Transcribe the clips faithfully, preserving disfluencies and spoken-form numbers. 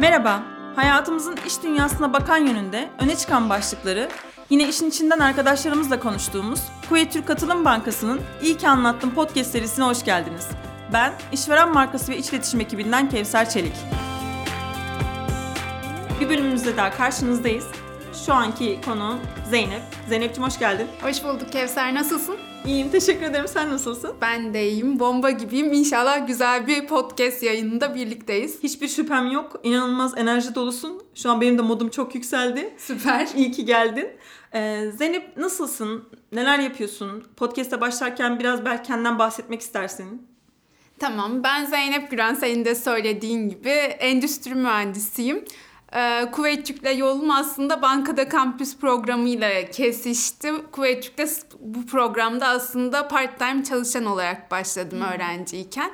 Merhaba, hayatımızın iş dünyasına bakan yönünde öne çıkan başlıkları yine işin içinden arkadaşlarımızla konuştuğumuz Kuveyt Türk Katılım Bankası'nın İyi ki Anlattım podcast serisine hoş geldiniz. Ben, işveren markası ve iç iletişim ekibinden Kevser Çelik. Bir bölümümüzde daha karşınızdayız. Şu anki konu Zeynep. Zeynep'ciğim hoş geldin. Hoş bulduk Kevser, nasılsın? İyiyim, teşekkür ederim. Sen nasılsın? Ben de iyiyim, bomba gibiyim. İnşallah güzel bir podcast yayınında birlikteyiz. Hiçbir şüphem yok. İnanılmaz enerji dolusun. Şu an benim de modum çok yükseldi. Süper. İyi ki geldin. Ee, Zeynep nasılsın? Neler yapıyorsun? Podcast'a başlarken biraz belki kendinden bahsetmek istersin. Tamam, ben Zeynep Güren, senin de söylediğin gibi endüstri mühendisiyim. Ee, Kuveyt Türk'le yolum aslında bankada kampüs programıyla kesişti. Kuveyt Türk'te bu programda aslında part-time çalışan olarak başladım hmm. öğrenciyken.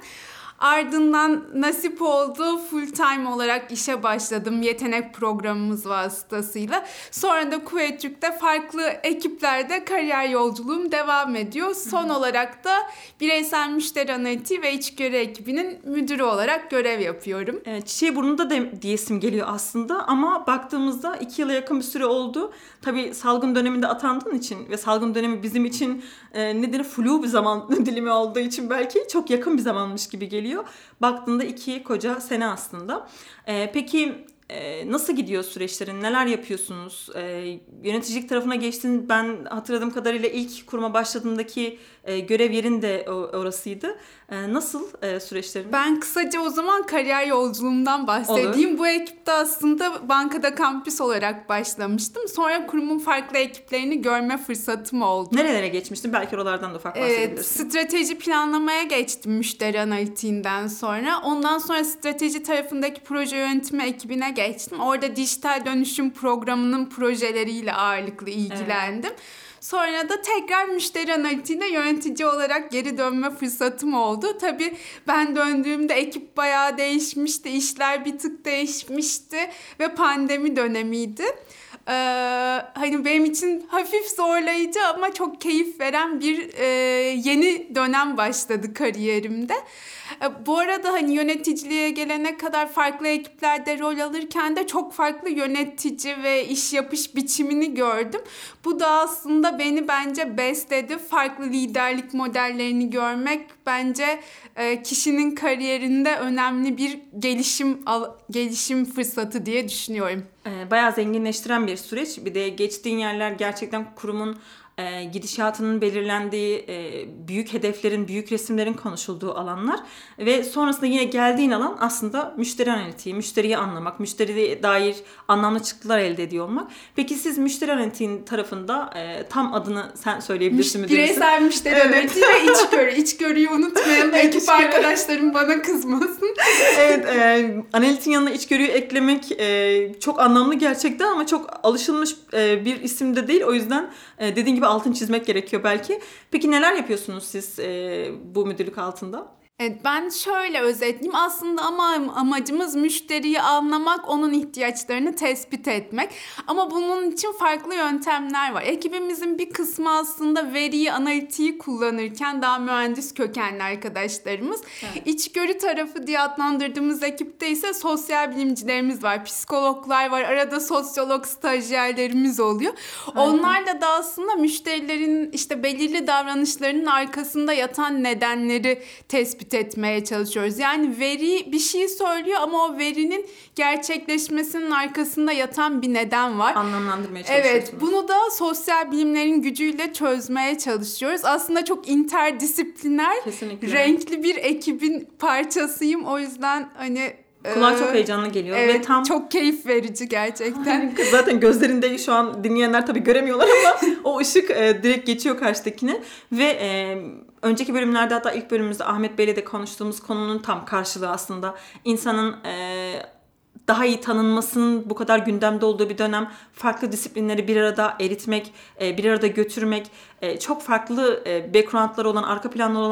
Ardından nasip oldu, full time olarak işe başladım yetenek programımız vasıtasıyla. Sonra da Kuveyt Türk'te farklı ekiplerde kariyer yolculuğum devam ediyor. Son Hı-hı. olarak da bireysel müşteri analitiği ve içgörü ekibinin müdürü olarak görev yapıyorum. Evet, çiçeği burnunda de diyesim geliyor aslında ama baktığımızda iki yıla yakın bir süre oldu. Tabii salgın döneminde atandığın için ve salgın dönemi bizim için e, nedir flu bir zaman dilimi olduğu için belki çok yakın bir zamanmış gibi geliyor. Baktığında iki koca sene aslında. Ee, peki e, nasıl gidiyor süreçlerin? Neler yapıyorsunuz? Ee, yöneticilik tarafına geçtin. Ben hatırladığım kadarıyla ilk kuruma başladığındaki e, görev yerin de orasıydı. E, nasıl e, süreçlerin? Ben kısaca o zaman kariyer yolculuğumdan bahsedeyim. Olur. Bu ekipte aslında bankada kampüs olarak başlamıştım. Sonra kurumun farklı ekiplerini görme fırsatım oldu. Nerelere geçmiştin? Belki oralardan da ufak bahsedebilirsin. Evet, strateji planlamaya geçtim müşteri analitiğinden sonra. Ondan sonra strateji tarafındaki proje yönetimi ekibine geçtim. Orada dijital dönüşüm programının projeleriyle ağırlıklı ilgilendim. Evet. Sonra da tekrar müşteri analitiğine yönetici olarak geri dönme fırsatım oldu. Tabii ben döndüğümde ekip bayağı değişmişti, işler bir tık değişmişti ve pandemi dönemiydi. Ee, hani benim için hafif zorlayıcı ama çok keyif veren bir e, yeni dönem başladı kariyerimde. E, bu arada hani yöneticiliğe gelene kadar farklı ekiplerde rol alırken de çok farklı yönetici ve iş yapış biçimini gördüm. Bu da aslında beni bence besledi. Farklı liderlik modellerini görmek bence e, kişinin kariyerinde önemli bir gelişim gelişim fırsatı diye düşünüyorum. Bayağı zenginleştiren bir süreç. Bir de geçtiğin yerler gerçekten kurumun e, gidişatının belirlendiği, e, büyük hedeflerin, büyük resimlerin konuşulduğu alanlar. Ve sonrasında yine geldiğin alan aslında müşteri analitiği, müşteriyi anlamak, müşteriye dair anlamlı çıktılar elde ediyor olmak. Peki siz müşteri analitiğin tarafında e, tam adını sen söyleyebilirsin mi? Bireysel müşteri evet. analitiği ve içgörü. İçgörüyü unutmayalım. Ekip arkadaşlarım bana kızmasın. Evet, e, analitiğin yanına içgörüyü eklemek e, çok anlamlı gerçekten ama çok alışılmış e, bir isim de değil. O yüzden e, dediğin gibi altın çizmek gerekiyor belki. Peki neler yapıyorsunuz siz e, bu müdürlük altında? Evet, ben şöyle özetleyeyim. Aslında ama amacımız müşteriyi anlamak, onun ihtiyaçlarını tespit etmek. Ama bunun için farklı yöntemler var. Ekibimizin bir kısmı aslında veriyi, analitiği kullanırken daha mühendis kökenli arkadaşlarımız. Evet. İçgörü tarafı diye adlandırdığımız ekipte ise sosyal bilimcilerimiz var, psikologlar var, arada sosyolog stajyerlerimiz oluyor. Evet. Onlarla da aslında müşterilerin işte belirli davranışlarının arkasında yatan nedenleri tespit etmeye çalışıyoruz. Yani veri bir şey söylüyor ama o verinin gerçekleşmesinin arkasında yatan bir neden var. Anlamlandırmaya çalışıyorsunuz. Evet, bunu da sosyal bilimlerin gücüyle çözmeye çalışıyoruz. Aslında çok interdisipliner, kesinlikle renkli bir ekibin parçasıyım. O yüzden hani kulağa çok heyecanlı geliyor. Evet, ve tam çok keyif verici gerçekten. Zaten gözlerinde şu an dinleyenler tabii göremiyorlar ama o ışık e, direkt geçiyor karşıdakine ve e, önceki bölümlerde hatta ilk bölümümüzde Ahmet Bey'le de konuştuğumuz konunun tam karşılığı aslında insanın e, daha iyi tanınmasının bu kadar gündemde olduğu bir dönem, farklı disiplinleri bir arada eritmek, e, bir arada götürmek, e, çok farklı e, background'ları olan, arka planları olan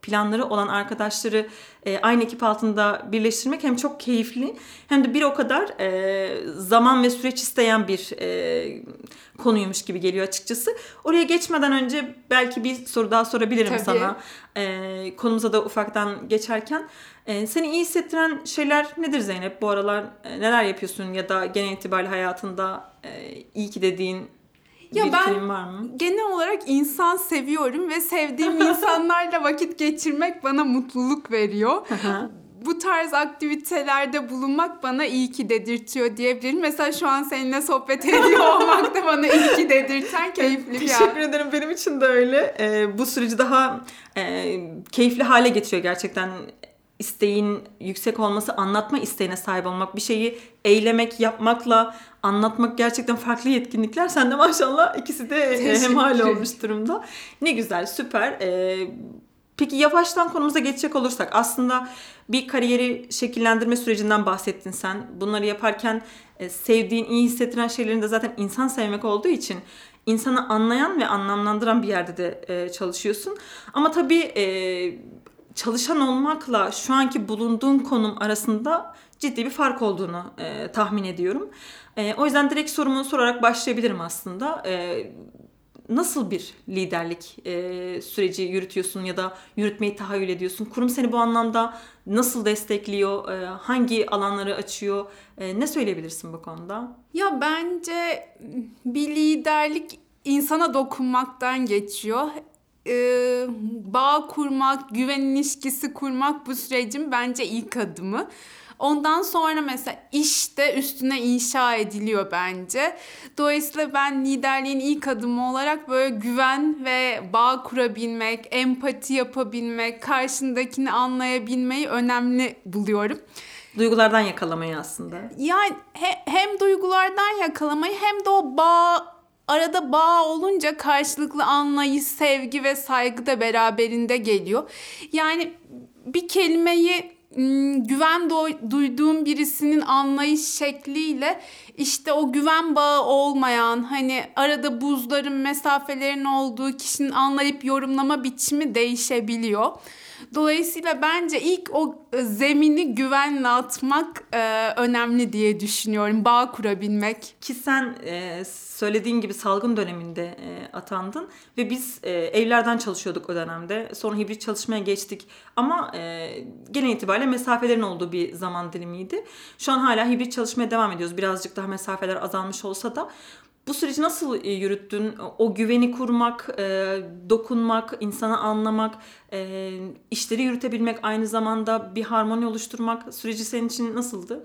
planları olan arkadaşları e, aynı ekip altında birleştirmek hem çok keyifli hem de bir o kadar e, zaman ve süreç isteyen bir e, konuymuş gibi geliyor açıkçası. Oraya geçmeden önce belki bir soru daha sorabilirim Tabii. sana. E, konumuza da ufaktan geçerken. E, seni iyi hissettiren şeyler nedir Zeynep? Bu aralar e, neler yapıyorsun ya da genel itibariyle hayatında e, iyi ki dediğin Ya bir ben film var mı? Genel olarak insan seviyorum ve sevdiğim insanlarla vakit geçirmek bana mutluluk veriyor. Bu tarz aktivitelerde bulunmak bana iyi ki dedirtiyor diyebilirim. Mesela şu an seninle sohbet ediyor olmak da bana iyi ki dedirten keyifli bir an. Teşekkür ederim. Benim için de öyle. Ee, bu süreci daha e, keyifli hale getiriyor gerçekten. İsteğin yüksek olması, anlatma isteğine sahip olmak, bir şeyi eylemek, yapmakla anlatmak gerçekten farklı yetkinlikler. Sen de maşallah ikisi de hemhal olmuş durumda. Ne güzel, süper. Ee, peki yavaştan konumuza geçecek olursak, aslında bir kariyeri şekillendirme sürecinden bahsettin sen. Bunları yaparken e, sevdiğin, iyi hissettiren şeylerin de zaten insan sevmek olduğu için insanı anlayan ve anlamlandıran bir yerde de e, çalışıyorsun. Ama tabii e, çalışan olmakla şu anki bulunduğun konum arasında ciddi bir fark olduğunu e, tahmin ediyorum. E, o yüzden direkt sorumu sorarak başlayabilirim aslında. E, nasıl bir liderlik e, süreci yürütüyorsun ya da yürütmeyi tahayyül ediyorsun? Kurum seni bu anlamda nasıl destekliyor? E, hangi alanları açıyor? E, ne söyleyebilirsin bu konuda? Ya bence bir liderlik insana dokunmaktan geçiyor. Ee, bağ kurmak, güven ilişkisi kurmak bu sürecin bence ilk adımı. Ondan sonra mesela iş de üstüne inşa ediliyor bence. Dolayısıyla ben liderliğin ilk adımı olarak böyle güven ve bağ kurabilmek, empati yapabilmek, karşındakini anlayabilmeyi önemli buluyorum. Duygulardan yakalamayı aslında. Yani he, hem duygulardan yakalamayı hem de o bağ, arada bağ olunca karşılıklı anlayış, sevgi ve saygı da beraberinde geliyor. Yani bir kelimeyi güven duyduğum birisinin anlayış şekliyle işte o güven bağı olmayan, hani arada buzların, mesafelerin olduğu kişinin anlayıp yorumlama biçimi değişebiliyor. Dolayısıyla bence ilk o zemini güvenle atmak e, önemli diye düşünüyorum. Bağ kurabilmek. Ki sen e, söylediğin gibi salgın döneminde e, atandın ve biz e, evlerden çalışıyorduk o dönemde. Sonra hibrit çalışmaya geçtik ama e, genel itibariyle mesafelerin olduğu bir zaman dilimiydi. Şu an hala hibrit çalışmaya devam ediyoruz. Birazcık daha mesafeler azalmış olsa da. Bu süreci nasıl yürüttün? O güveni kurmak, e, dokunmak, insanı anlamak, e, işleri yürütebilmek, aynı zamanda bir harmoni oluşturmak süreci senin için nasıldı?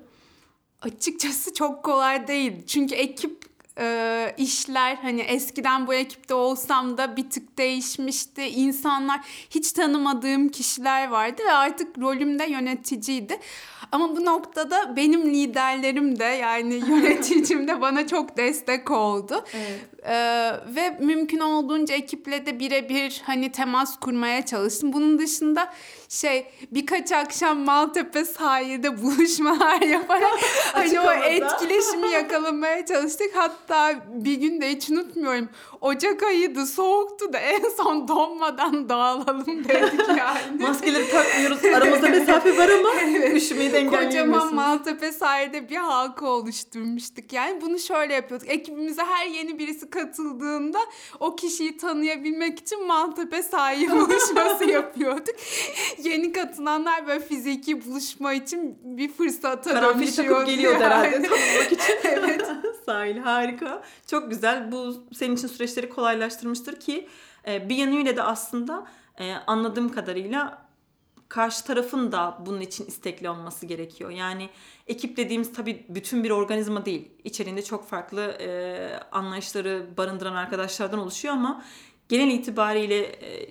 Açıkçası çok kolay değil. Çünkü ekip e, işler, hani eskiden bu ekipte olsam da bir tık değişmişti. İnsanlar, hiç tanımadığım kişiler vardı ve artık rolüm de yöneticiydi. Ama bu noktada benim liderlerim de, yani yöneticim de bana çok destek oldu. Evet. Ee, ve mümkün olduğunca ekiple de birebir hani temas kurmaya çalıştım. Bunun dışında şey birkaç akşam Maltepe sahilde buluşmalar yaparak hani o etkileşimi yakalamaya çalıştık. Hatta bir gün de hiç unutmuyorum. Ocak ayıydı, soğuktu da en son donmadan dağılalım dedik yani. Maskeleri takmıyoruz, aramızda mesafe var ama evet. Üşümeyi de engelleyemiyorsunuz. Kocaman Maltepe sahilde bir halka oluşturmuştuk. Yani bunu şöyle yapıyorduk. Ekibimize her yeni birisi katıldığında o kişiyi tanıyabilmek için Maltepe sahil buluşması yapıyorduk. Yeni katılanlar böyle fiziki buluşma için bir fırsata dönüşüyordu. Karanfili takıp geliyordu herhalde tanımak için. Evet. Sahil harika. Çok güzel. Bu senin için süreçleri kolaylaştırmıştır ki bir yanıyla da aslında anladığım kadarıyla karşı tarafın da bunun için istekli olması gerekiyor. Yani ekip dediğimiz tabii bütün bir organizma değil. İçeriğinde çok farklı e, anlayışları barındıran arkadaşlardan oluşuyor ama genel itibariyle e,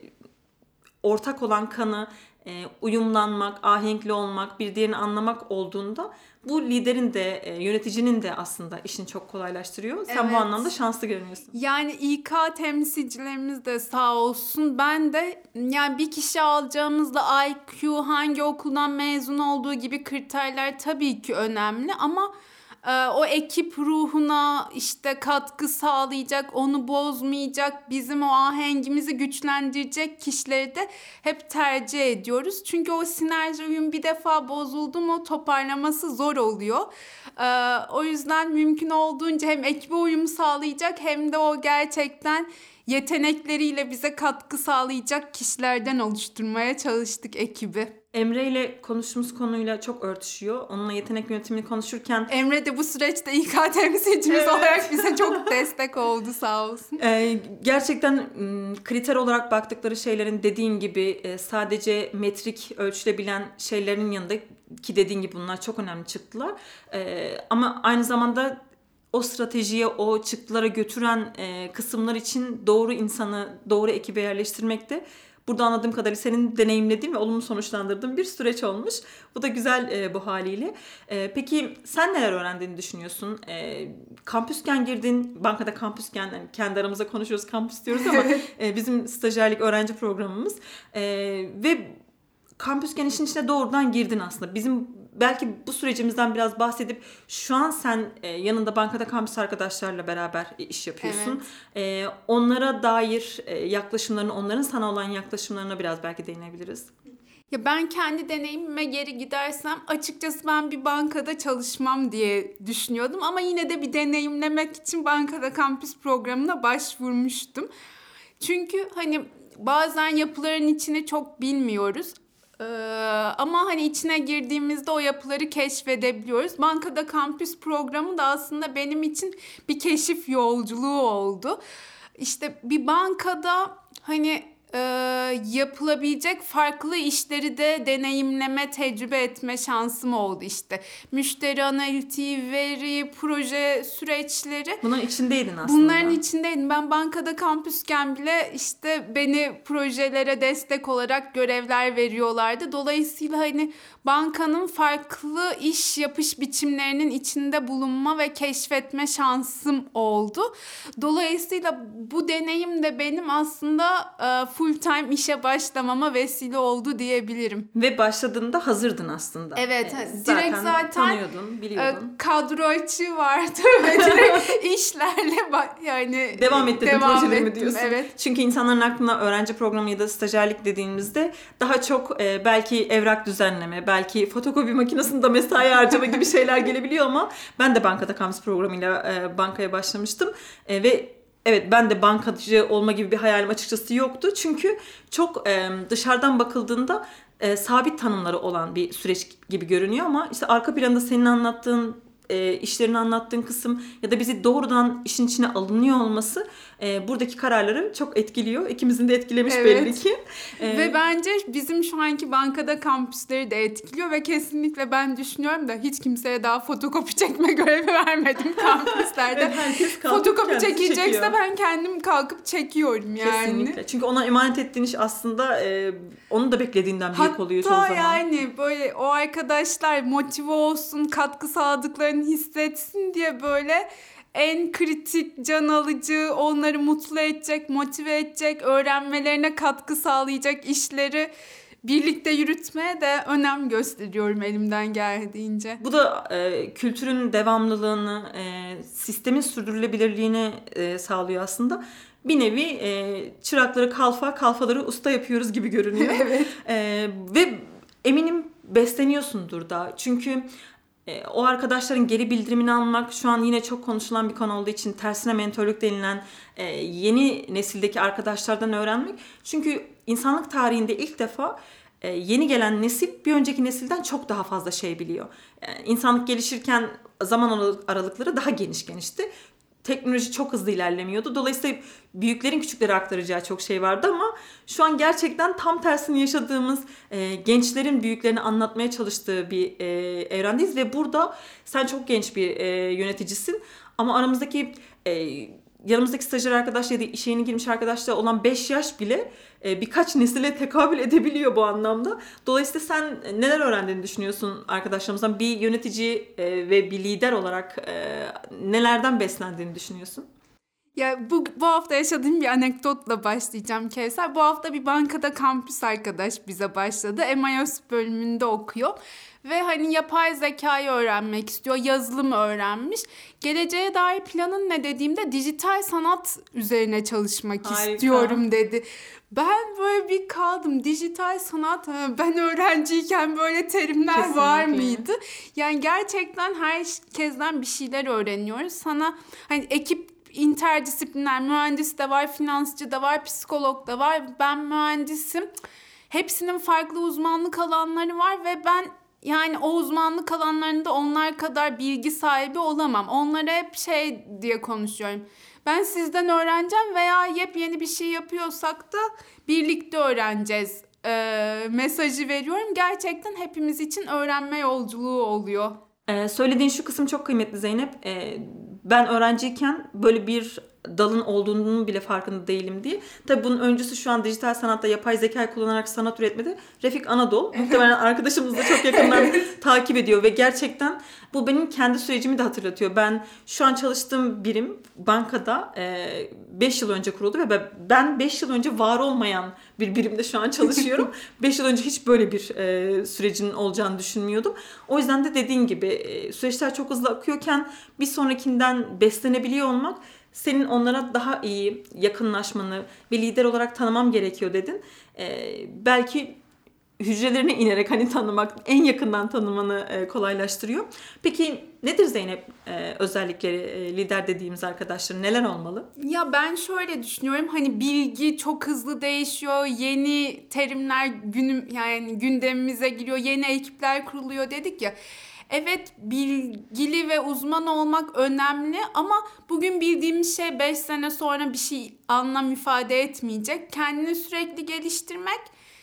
ortak olan kanı e, uyumlanmak, ahenkli olmak, bir diğerini anlamak olduğunda bu liderin de e, yöneticinin de aslında işini çok kolaylaştırıyor. Sen evet. Bu anlamda şanslı görünüyorsun. Yani İK temsilcilerimiz de sağ olsun. Ben de yani bir kişi alacağımızda I Q, hangi okuldan mezun olduğu gibi kriterler tabii ki önemli ama o ekip ruhuna işte katkı sağlayacak, onu bozmayacak, bizim o ahengimizi güçlendirecek kişileri de hep tercih ediyoruz. Çünkü o sinerji uyum bir defa bozuldu mu toparlaması zor oluyor. O yüzden mümkün olduğunca hem ekibe uyum sağlayacak hem de o gerçekten yetenekleriyle bize katkı sağlayacak kişilerden oluşturmaya çalıştık ekibi. Emre ile konuştuğumuz konuyla çok örtüşüyor. Onunla yetenek yönetimini konuşurken... Emre de bu süreçte İK temsilcimiz evet. olarak bize çok destek oldu sağ olsun. Ee, gerçekten kriter olarak baktıkları şeylerin dediğin gibi sadece metrik ölçülebilen şeylerin yanında ki dediğin gibi bunlar çok önemli çıktılar. Ee, ama aynı zamanda o stratejiye, o çıktılara götüren e, kısımlar için doğru insanı, doğru ekibe yerleştirmek de burada anladığım kadarıyla senin deneyimlediğin ve olumlu sonuçlandırdığın bir süreç olmuş. Bu da güzel e, bu haliyle. E, peki sen neler öğrendiğini düşünüyorsun? E, kampüsken girdin, bankada kampüsken, yani kendi aramızda konuşuyoruz, kampüs diyoruz ama e, bizim stajyerlik öğrenci programımız. E, ve kampüsken işin içine doğrudan girdin aslında. Bizim belki bu sürecimizden biraz bahsedip şu an sen e, yanında bankada kampüs arkadaşlarla beraber e, iş yapıyorsun. Evet. E, onlara dair e, yaklaşımlarını, onların sana olan yaklaşımlarına biraz belki değinebiliriz. Ya ben kendi deneyimime geri gidersem açıkçası ben bir bankada çalışmam diye düşünüyordum. Ama yine de bir deneyimlemek için bankada kampüs programına başvurmuştum. Çünkü hani bazen yapıların içini çok bilmiyoruz. Ee, ama hani içine girdiğimizde o yapıları keşfedebiliyoruz. Bankada kampüs programı da aslında benim için bir keşif yolculuğu oldu. İşte bir bankada hani e, yapılabilecek farklı işleri de deneyimleme, tecrübe etme şansım oldu işte. Müşteri analitiği, veri, proje süreçleri. Bunların içindeydin aslında. Bunların içindeydim. Ben bankada kampüsken bile işte beni projelere destek olarak görevler veriyorlardı. Dolayısıyla hani bankanın farklı iş yapış biçimlerinin içinde bulunma ve keşfetme şansım oldu. Dolayısıyla bu deneyim de benim aslında full time işe başlamama vesile oldu diyebilirim. Ve başladığında hazırdın aslında. Evet. Yani zaten direkt zaten tanıyordun, biliyordun. Kadro açığı vardı ve direkt işlerle yani devam ettirdin devam projelerimi ettim, diyorsun. Evet. Çünkü insanların aklına öğrenci programı ya da stajyerlik dediğimizde daha çok e, belki evrak düzenleme, belki fotokopi makinesinde mesai harcama gibi şeyler gelebiliyor ama ben de bankada kampüs programıyla e, bankaya başlamıştım e, ve evet ben de bankacı olma gibi bir hayalim açıkçası yoktu. Çünkü çok e, dışarıdan bakıldığında e, sabit tanımları olan bir süreç gibi görünüyor ama işte arka planda senin anlattığın e, işlerini anlattığın kısım ya da bizi doğrudan işin içine alınıyor olması e, buradaki kararları çok etkiliyor. İkimizin de etkilemiş evet. belli ki. E, ve bence bizim şu anki bankada kampüsleri de etkiliyor ve kesinlikle ben düşünüyorum da hiç kimseye daha fotokopi çekme görevi vermedim kampüslerde. Evet, fotokopi çekecekse çekiyor. Ben kendim kalkıp çekiyorum yani. Kesinlikle. Çünkü ona emanet ettiğin iş aslında e, onun da beklediğinden büyük Hatta oluyor çoğu zaman. Hatta yani böyle o arkadaşlar motive olsun, katkı sağladıklarını hissetsin diye böyle en kritik, can alıcı, onları mutlu edecek, motive edecek, öğrenmelerine katkı sağlayacak işleri birlikte yürütmeye de önem gösteriyorum elimden geldiğince. Bu da e, kültürün devamlılığını, e, sistemin sürdürülebilirliğini e, sağlıyor aslında. Bir nevi e, çırakları kalfa, kalfaları usta yapıyoruz gibi görünüyor. Evet. E, ve eminim besleniyorsundur da. Çünkü e, o arkadaşların geri bildirimini almak şu an yine çok konuşulan bir konu olduğu için tersine mentörlük denilen e, yeni nesildeki arkadaşlardan öğrenmek. Çünkü insanlık tarihinde ilk defa e, yeni gelen nesil bir önceki nesilden çok daha fazla şey biliyor. Yani insanlık gelişirken zaman aralıkları daha geniş genişti. Teknoloji çok hızlı ilerlemiyordu. Dolayısıyla büyüklerin küçüklere aktaracağı çok şey vardı ama şu an gerçekten tam tersini yaşadığımız e, gençlerin büyüklerini anlatmaya çalıştığı bir e, evrendeyiz ve burada sen çok genç bir e, yöneticisin ama aramızdaki e, yanımızdaki stajyer arkadaş ya da işe yeni girmiş arkadaşla olan beş yaş bile e, birkaç nesile tekabül edebiliyor bu anlamda. Dolayısıyla sen neler öğrendiğini düşünüyorsun arkadaşlarımızdan? Bir yönetici e, ve bir lider olarak e, nelerden beslendiğini düşünüyorsun? Ya bu, bu hafta yaşadığım bir anekdotla başlayacağım Kevser. Bu hafta bir bankada kampüs arkadaş bize başladı. M I O S bölümünde okuyor. Ve hani yapay zekayı öğrenmek istiyor, yazılım öğrenmiş. Geleceğe dair planın ne dediğimde dijital sanat üzerine çalışmak Harika. istiyorum dedi. Ben böyle bir kaldım. Dijital sanat, ben öğrenciyken böyle terimler Kesinlikle. var mıydı? Yani gerçekten herkesten bir şeyler öğreniyoruz. Sana hani ekip interdisipliner, mühendis de var, finansçı da var, psikolog da var. Ben mühendisim. Hepsinin farklı uzmanlık alanları var ve ben yani o uzmanlık alanlarında onlar kadar bilgi sahibi olamam. Onlara hep şey diye konuşuyorum. Ben sizden öğreneceğim veya yepyeni bir şey yapıyorsak da birlikte öğreneceğiz e, mesajı veriyorum. Gerçekten hepimiz için öğrenme yolculuğu oluyor. Ee, söylediğin şu kısım çok kıymetli Zeynep. Ee, ben öğrenciyken böyle bir dalın olduğunun bile farkında değilim diye. Tabii bunun öncüsü şu an dijital sanatta yapay zeka kullanarak sanat üretmede Refik Anadol. Muhtemelen arkadaşımız da çok yakından takip ediyor ve gerçekten bu benim kendi sürecimi de hatırlatıyor. Ben şu an çalıştığım birim bankada beş yıl önce kuruldu ve ben beş yıl önce var olmayan bir birimde şu an çalışıyorum. beş yıl önce hiç böyle bir e, sürecin olacağını düşünmüyordum. O yüzden de dediğin gibi e, süreçler çok hızlı akıyorken bir sonrakinden beslenebiliyor olmak senin onlara daha iyi yakınlaşmanı ve lider olarak tanımam gerekiyor dedin. Ee, belki hücrelerine inerek hani tanımak, en yakından tanımanı e, kolaylaştırıyor. Peki nedir Zeynep e, özellikleri e, lider dediğimiz arkadaşların neler olmalı? Ya ben şöyle düşünüyorum, hani bilgi çok hızlı değişiyor, yeni terimler günüm yani gündemimize giriyor, yeni ekipler kuruluyor dedik ya. Evet, bilgili ve uzman olmak önemli ama bugün bildiğimiz şey beş sene sonra bir şey anlam ifade etmeyecek. Kendini sürekli geliştirmek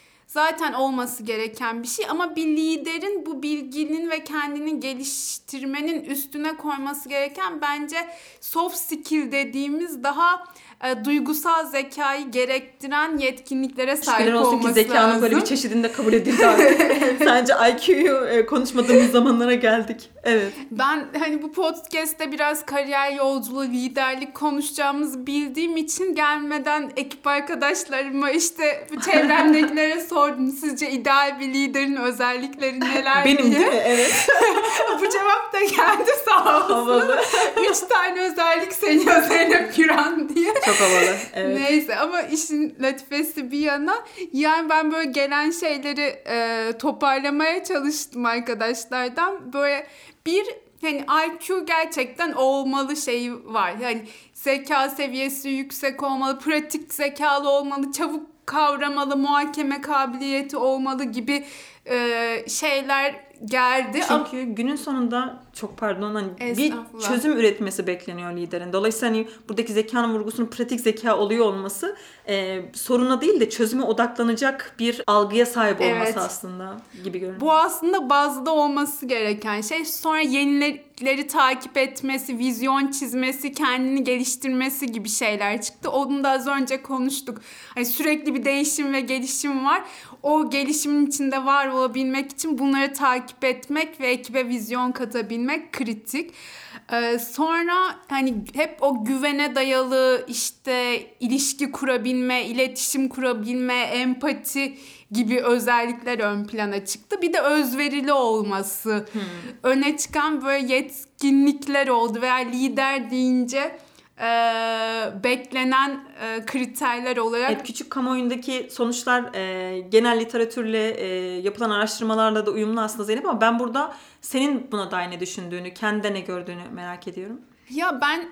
zaten olması gereken bir şey ama bir liderin bu bilginin ve kendini geliştirmenin üstüne koyması gereken bence soft skill dediğimiz daha e, duygusal zekayı gerektiren yetkinliklere sahip olması lazım. Ki zekanın böyle bir çeşidinde kabul edildi artık. Sence I Q'yu e, konuşmadığımız zamanlara geldik. Evet. Ben hani bu podcast'te biraz kariyer yolculuğu, liderlik konuşacağımızı bildiğim için gelmeden ekip arkadaşlarıma işte çevremdekilere sordum. Sizce ideal bir liderin özellikleri neler Benim diye. Benim değil mi? Evet. Bu cevap da geldi sağ olsun. Havalı. Üç tane özellik sayıyor Zeynep Güran diye. Çok havalı. Evet. Neyse ama işin latifesi bir yana. Yani ben böyle gelen şeyleri e, toparlamaya çalıştım arkadaşlardan. Böyle bir hani I Q gerçekten olmalı şeyi var. Yani zeka seviyesi yüksek olmalı, pratik zekalı olmalı, çabuk kavramalı, muhakeme kabiliyeti olmalı gibi e, şeyler geldi. Çünkü Ama... günün sonunda çok pardon hani bir çözüm üretmesi bekleniyor liderin. Dolayısıyla hani buradaki zekanın vurgusunun pratik zeka oluyor olması e, soruna değil de çözüme odaklanacak bir algıya sahip olması evet. aslında gibi görünüyor. Bu aslında bazda olması gereken şey. Sonra yenileri takip etmesi, vizyon çizmesi, kendini geliştirmesi gibi şeyler çıktı. Onu da az önce konuştuk. Hani sürekli bir değişim ve gelişim var. O gelişimin içinde var olabilmek için bunları takip etmek ve ekibe vizyon katabilmek kritik. Ee, sonra hani hep o güvene dayalı işte ilişki kurabilme, iletişim kurabilme, empati gibi özellikler ön plana çıktı. Bir de özverili olması hmm. öne çıkan böyle yetkinlikler oldu veya lider deyince e, beklenen e, kriterler olarak. Evet, küçük kamuoyundaki sonuçlar e, genel literatürle e, yapılan araştırmalarla da uyumlu aslında Zeynep, ama ben burada senin buna dair ne düşündüğünü, kendine ne gördüğünü merak ediyorum. Ya ben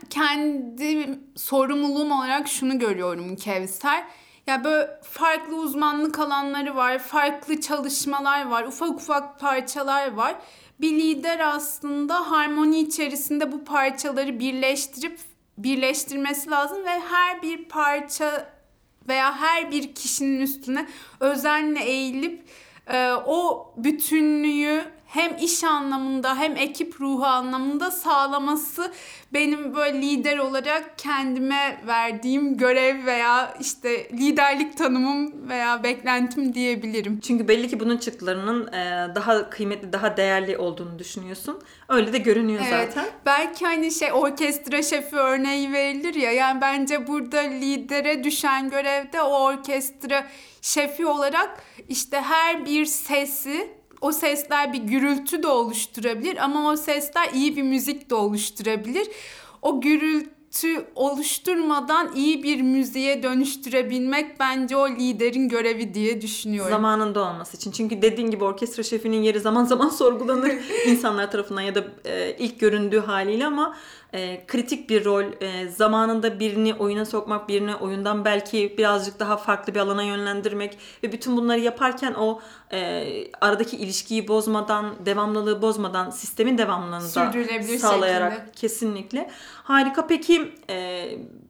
kendi sorumluluğum olarak şunu görüyorum Kevser. Ya böyle farklı uzmanlık alanları var, farklı çalışmalar var, ufak ufak parçalar var. Bir lider aslında harmoni içerisinde bu parçaları birleştirip birleştirmesi lazım ve her bir parça veya her bir kişinin üstüne özenle eğilip e, o bütünlüğü hem iş anlamında hem ekip ruhu anlamında sağlaması benim böyle lider olarak kendime verdiğim görev veya işte liderlik tanımım veya beklentim diyebilirim. Çünkü belli ki bunun çıktılarının daha kıymetli, daha değerli olduğunu düşünüyorsun. Öyle de görünüyor evet, zaten. Belki hani şey orkestra şefi örneği verilir ya, yani bence burada lidere düşen görevde o orkestra şefi olarak işte her bir sesi, o sesler bir gürültü de oluşturabilir ama o sesler iyi bir müzik de oluşturabilir. O gürültü oluşturmadan iyi bir müziğe dönüştürebilmek bence o liderin görevi diye düşünüyorum. Zamanında olması için. Çünkü dediğin gibi orkestra şefinin yeri zaman zaman sorgulanır insanlar tarafından ya da e, ilk göründüğü haliyle ama e, kritik bir rol. E, zamanında birini oyuna sokmak, birini oyundan belki birazcık daha farklı bir alana yönlendirmek ve bütün bunları yaparken o e, aradaki ilişkiyi bozmadan, devamlılığı bozmadan sistemin devamlılığını da sağlayarak şekilde. Kesinlikle. Harika. Peki e,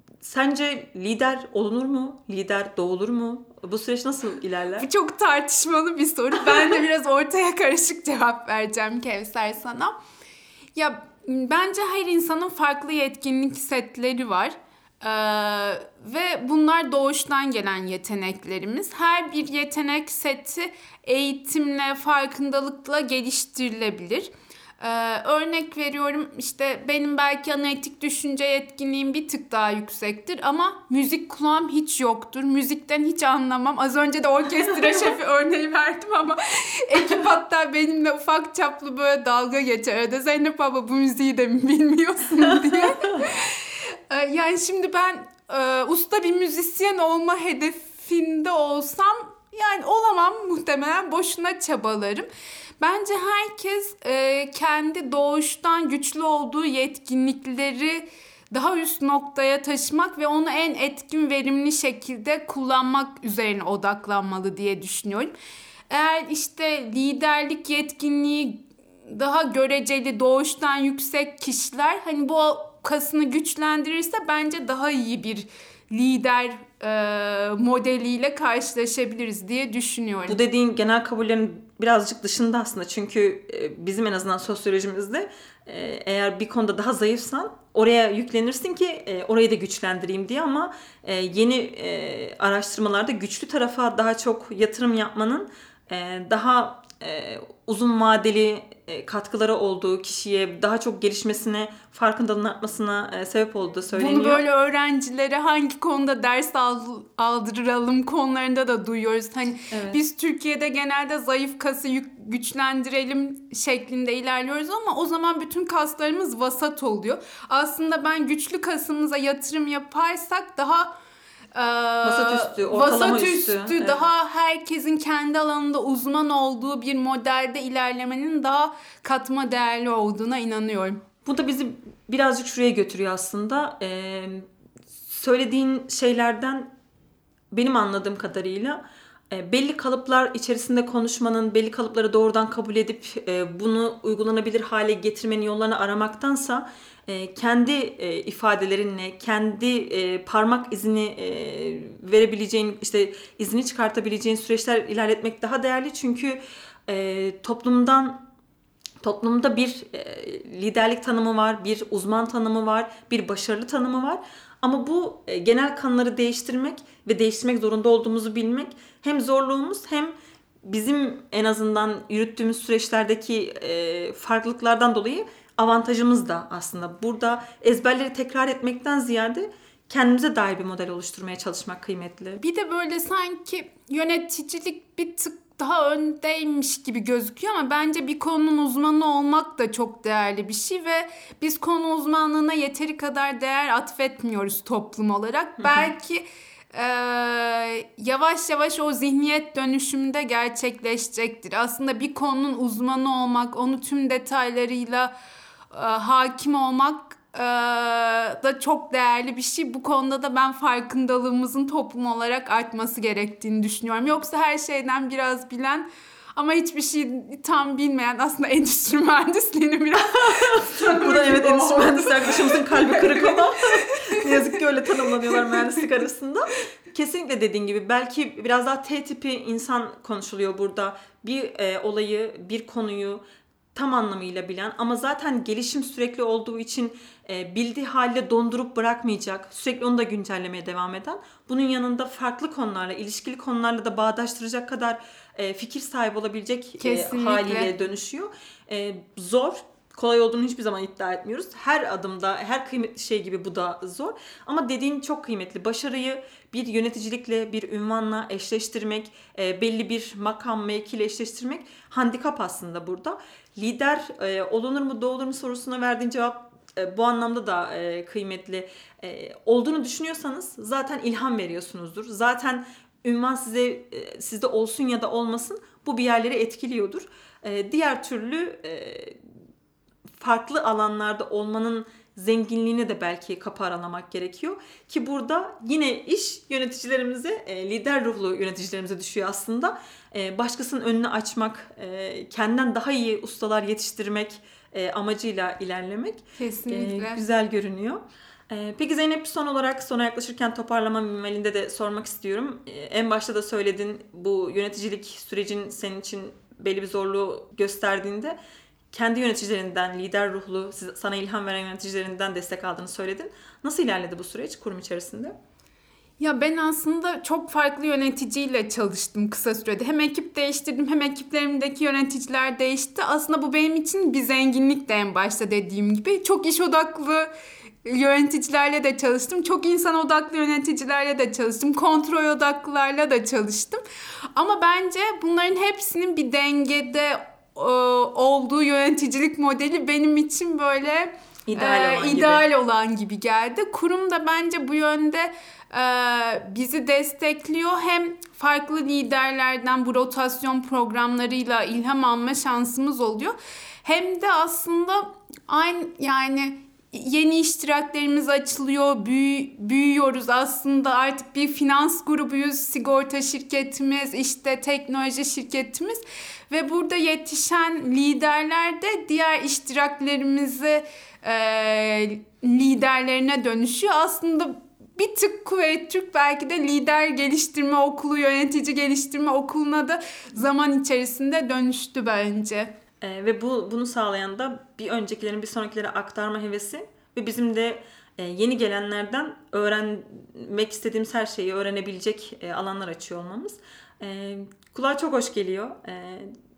sence lider olunur mu? Lider doğulur mu? Bu süreç nasıl ilerler? Bu çok tartışmalı bir soru. Ben de biraz ortaya karışık cevap vereceğim Kevser sana. Ya bence her insanın farklı yetkinlik setleri var. Ee, ve bunlar doğuştan gelen yeteneklerimiz. Her bir yetenek seti eğitimle, farkındalıkla geliştirilebilir. Ee, örnek veriyorum, işte benim belki analitik düşünce yetkinliğim bir tık daha yüksektir ama müzik kulağım hiç yoktur. Müzikten hiç anlamam. Az önce de orkestra şefi örneği verdim ama ekip hatta benimle ufak çaplı böyle dalga geçer. De Zeynep abla bu müziği de mi bilmiyorsun diye. Ee, yani şimdi ben e, usta bir müzisyen olma hedefinde olsam yani olamam muhtemelen, boşuna çabalarım. Bence herkes e, kendi doğuştan güçlü olduğu yetkinlikleri daha üst noktaya taşımak ve onu en etkin, verimli şekilde kullanmak üzerine odaklanmalı diye düşünüyorum. Eğer işte liderlik yetkinliği daha göreceli, doğuştan yüksek kişiler hani bu kasını güçlendirirse bence daha iyi bir lider e, modeliyle karşılaşabiliriz diye düşünüyorum. Bu dediğin genel kabullerin birazcık dışında aslında. Çünkü e, bizim en azından sosyolojimizde e, eğer bir konuda daha zayıfsan oraya yüklenirsin ki e, orayı da güçlendireyim diye ama e, yeni e, araştırmalarda güçlü tarafa daha çok yatırım yapmanın e, daha e, uzun vadeli e, katkıları olduğu, kişiye daha çok gelişmesine, farkındalığın artmasına e, sebep olduğu söyleniyor. Bunu böyle öğrencilere hangi konuda ders al, aldıralım konularında da duyuyoruz. Hani evet. Biz Türkiye'de genelde zayıf kası yük, güçlendirelim şeklinde ilerliyoruz ama o zaman bütün kaslarımız vasat oluyor. Aslında ben güçlü kasımıza yatırım yaparsak daha vasat üstü, ortalama vasat üstü, üstü evet. Daha herkesin kendi alanında uzman olduğu bir modelde ilerlemenin daha katma değerli olduğuna inanıyorum. Bu da bizi birazcık şuraya götürüyor aslında. Ee, söylediğin şeylerden benim anladığım kadarıyla e, belli kalıplar içerisinde konuşmanın, belli kalıpları doğrudan kabul edip e, bunu uygulanabilir hale getirmenin yollarını aramaktansa e, kendi e, ifadelerinle, kendi e, parmak izini e, verebileceğin, işte izini çıkartabileceğin süreçler ilerletmek daha değerli. Çünkü e, toplumdan Toplumda bir e, liderlik tanımı var, bir uzman tanımı var, bir başarılı tanımı var. Ama bu e, genel kanıları değiştirmek ve değiştirmek zorunda olduğumuzu bilmek hem zorluğumuz hem bizim en azından yürüttüğümüz süreçlerdeki e, farklılıklardan dolayı avantajımız da aslında. Burada ezberleri tekrar etmekten ziyade kendimize dair bir model oluşturmaya çalışmak kıymetli. Bir de böyle sanki yöneticilik bir tık daha öndeymiş gibi gözüküyor ama bence bir konunun uzmanı olmak da çok değerli bir şey ve biz konu uzmanlığına yeteri kadar değer atfetmiyoruz toplum olarak. Hı hı. Belki e, yavaş yavaş o zihniyet dönüşümü de gerçekleşecektir. Aslında bir konunun uzmanı olmak, onu tüm detaylarıyla e, hakim olmak Ee, da çok değerli bir şey. Bu konuda da ben farkındalığımızın toplum olarak artması gerektiğini düşünüyorum. Yoksa her şeyden biraz bilen ama hiçbir şeyi tam bilmeyen, aslında endüstri mühendisliğini biraz bu da evet, endüstri mühendisliği arkadaşımızın kalbi kırık ama ne yazık ki öyle tanımlanıyorlar mühendislik arasında. Kesinlikle dediğin gibi belki biraz daha T tipi insan konuşuluyor burada. Bir e, olayı, bir konuyu tam anlamıyla bilen ama zaten gelişim sürekli olduğu için e, bildiği haliyle dondurup bırakmayacak, sürekli onu da güncellemeye devam eden, bunun yanında farklı konularla, ilişkili konularla da bağdaştıracak kadar e, fikir sahibi olabilecek e, haliyle dönüşüyor. E, zor. Kolay olduğunu hiçbir zaman iddia etmiyoruz. Her adımda, her kıymetli şey gibi bu da zor. Ama dediğin çok kıymetli. Başarıyı bir yöneticilikle, bir ünvanla eşleştirmek, e, belli bir makam, mevkiyle eşleştirmek handikap aslında burada. Lider e, olunur mu, doğulur mu sorusuna verdiğin cevap e, bu anlamda da e, kıymetli. E, olduğunu düşünüyorsanız zaten ilham veriyorsunuzdur. Zaten ünvan size e, sizde olsun ya da olmasın bu bir yerleri etkiliyordur. E, diğer türlü e, farklı alanlarda olmanın zenginliğine de belki kapı aralamak gerekiyor. Ki burada yine iş yöneticilerimize, lider ruhlu yöneticilerimize düşüyor aslında. Başkasının önünü açmak, kendinden daha iyi ustalar yetiştirmek amacıyla ilerlemek. Kesinlikle. Güzel görünüyor. Peki Zeynep, son olarak sona yaklaşırken toparlama minvalinde de sormak istiyorum. En başta da söyledin, bu yöneticilik sürecin senin için belli bir zorluğu gösterdiğinde kendi yöneticilerinden, lider ruhlu, sana ilham veren yöneticilerinden destek aldığını söyledin. Nasıl ilerledi bu süreç kurum içerisinde? Ya ben aslında çok farklı yöneticiyle çalıştım kısa sürede. Hem ekip değiştirdim, hem ekiplerimdeki yöneticiler değişti. Aslında bu benim için bir zenginlik de en başta dediğim gibi. Çok iş odaklı yöneticilerle de çalıştım. Çok insan odaklı yöneticilerle de çalıştım. Kontrol odaklılarla da çalıştım. Ama bence bunların hepsinin bir dengede olduğu yöneticilik modeli benim için böyle ideal, e, olan, ideal gibi. olan gibi geldi. Kurum da bence bu yönde e, bizi destekliyor. Hem farklı liderlerden bu rotasyon programlarıyla ilham alma şansımız oluyor. Hem de aslında aynı yani yeni iştiraklerimiz açılıyor, büyü, büyüyoruz aslında, artık bir finans grubuyuz, sigorta şirketimiz, işte teknoloji şirketimiz ve burada yetişen liderler de diğer iştiraklerimizi e, liderlerine dönüşüyor. Aslında bir tık Kuveyt Türk belki de lider geliştirme okulu, yönetici geliştirme okuluna da zaman içerisinde dönüştü bence. Ee, ve bu bunu sağlayan da bir öncekilerin bir sonrakilere aktarma hevesi ve bizim de e, yeni gelenlerden öğrenmek istediğimiz her şeyi öğrenebilecek e, alanlar açıyor olmamız. E, kulağa çok hoş geliyor. E,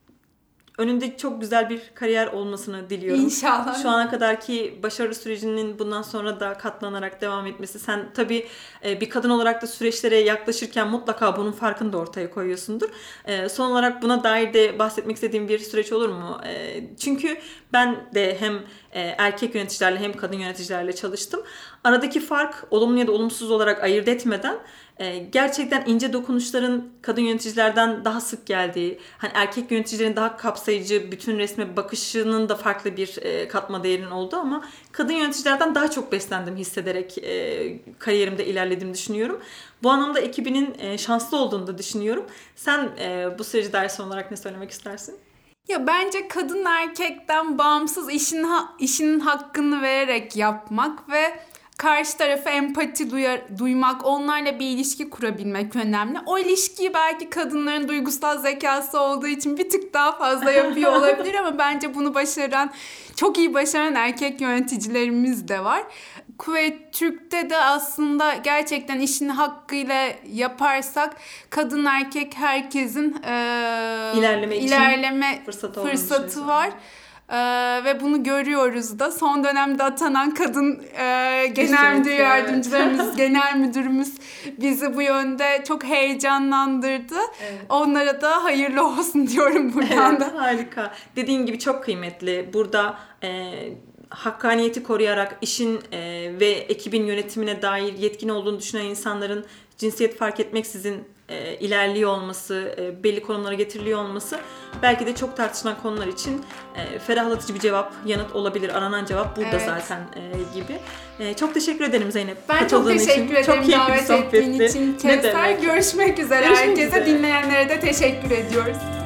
önünde çok güzel bir kariyer olmasını diliyorum. İnşallah. Şu ana kadarki başarı sürecinin bundan sonra da katlanarak devam etmesi. Sen tabii bir kadın olarak da süreçlere yaklaşırken mutlaka bunun farkını da ortaya koyuyorsundur. Son olarak buna dair de bahsetmek istediğim bir süreç olur mu? Çünkü ben de hem erkek yöneticilerle hem kadın yöneticilerle çalıştım. Aradaki fark olumlu ya da olumsuz olarak ayırt etmeden gerçekten ince dokunuşların kadın yöneticilerden daha sık geldiği, hani erkek yöneticilerin daha kapsayıcı, bütün resme bakışının da farklı bir katma değerinin olduğu, ama kadın yöneticilerden daha çok beslendim hissederek kariyerimde ilerlediğimi düşünüyorum. Bu anlamda ekibinin şanslı olduğunu da düşünüyorum. Sen bu süreci dair son olarak ne söylemek istersin? Ya bence kadın erkekten bağımsız işin ha- işinin hakkını vererek yapmak ve karşı tarafa empati duyar, duymak, onlarla bir ilişki kurabilmek önemli. O ilişkiyi belki kadınların duygusal zekası olduğu için bir tık daha fazla yapıyor olabilir ama bence bunu başaran, çok iyi başaran erkek yöneticilerimiz de var. Kuveyt Türk'te de aslında gerçekten işini hakkıyla yaparsak kadın erkek herkesin e, ilerleme, ilerleme fırsatı, fırsatı var. Ee, ve bunu görüyoruz da son dönemde atanan kadın e, genel müdür yardımcılarımız, genel müdürümüz bizi bu yönde çok heyecanlandırdı. Evet. Onlara da hayırlı olsun diyorum buradan da. Evet, harika. Dediğin gibi çok kıymetli. Burada e, hakkaniyeti koruyarak işin e, ve ekibin yönetimine dair yetkin olduğunu düşünen insanların cinsiyet fark etmeksizin e, ilerliyor olması, e, belli konumlara getiriliyor olması belki de çok tartışılan konular için e, ferahlatıcı bir cevap, yanıt olabilir. Aranan cevap burada evet. zaten e, gibi. E, çok teşekkür ederim Zeynep. Ben çok teşekkür için. ederim davet ettiğin için. Kevser, görüşmek üzere. Görüşmek Herkese üzere. Dinleyenlere de teşekkür ediyoruz.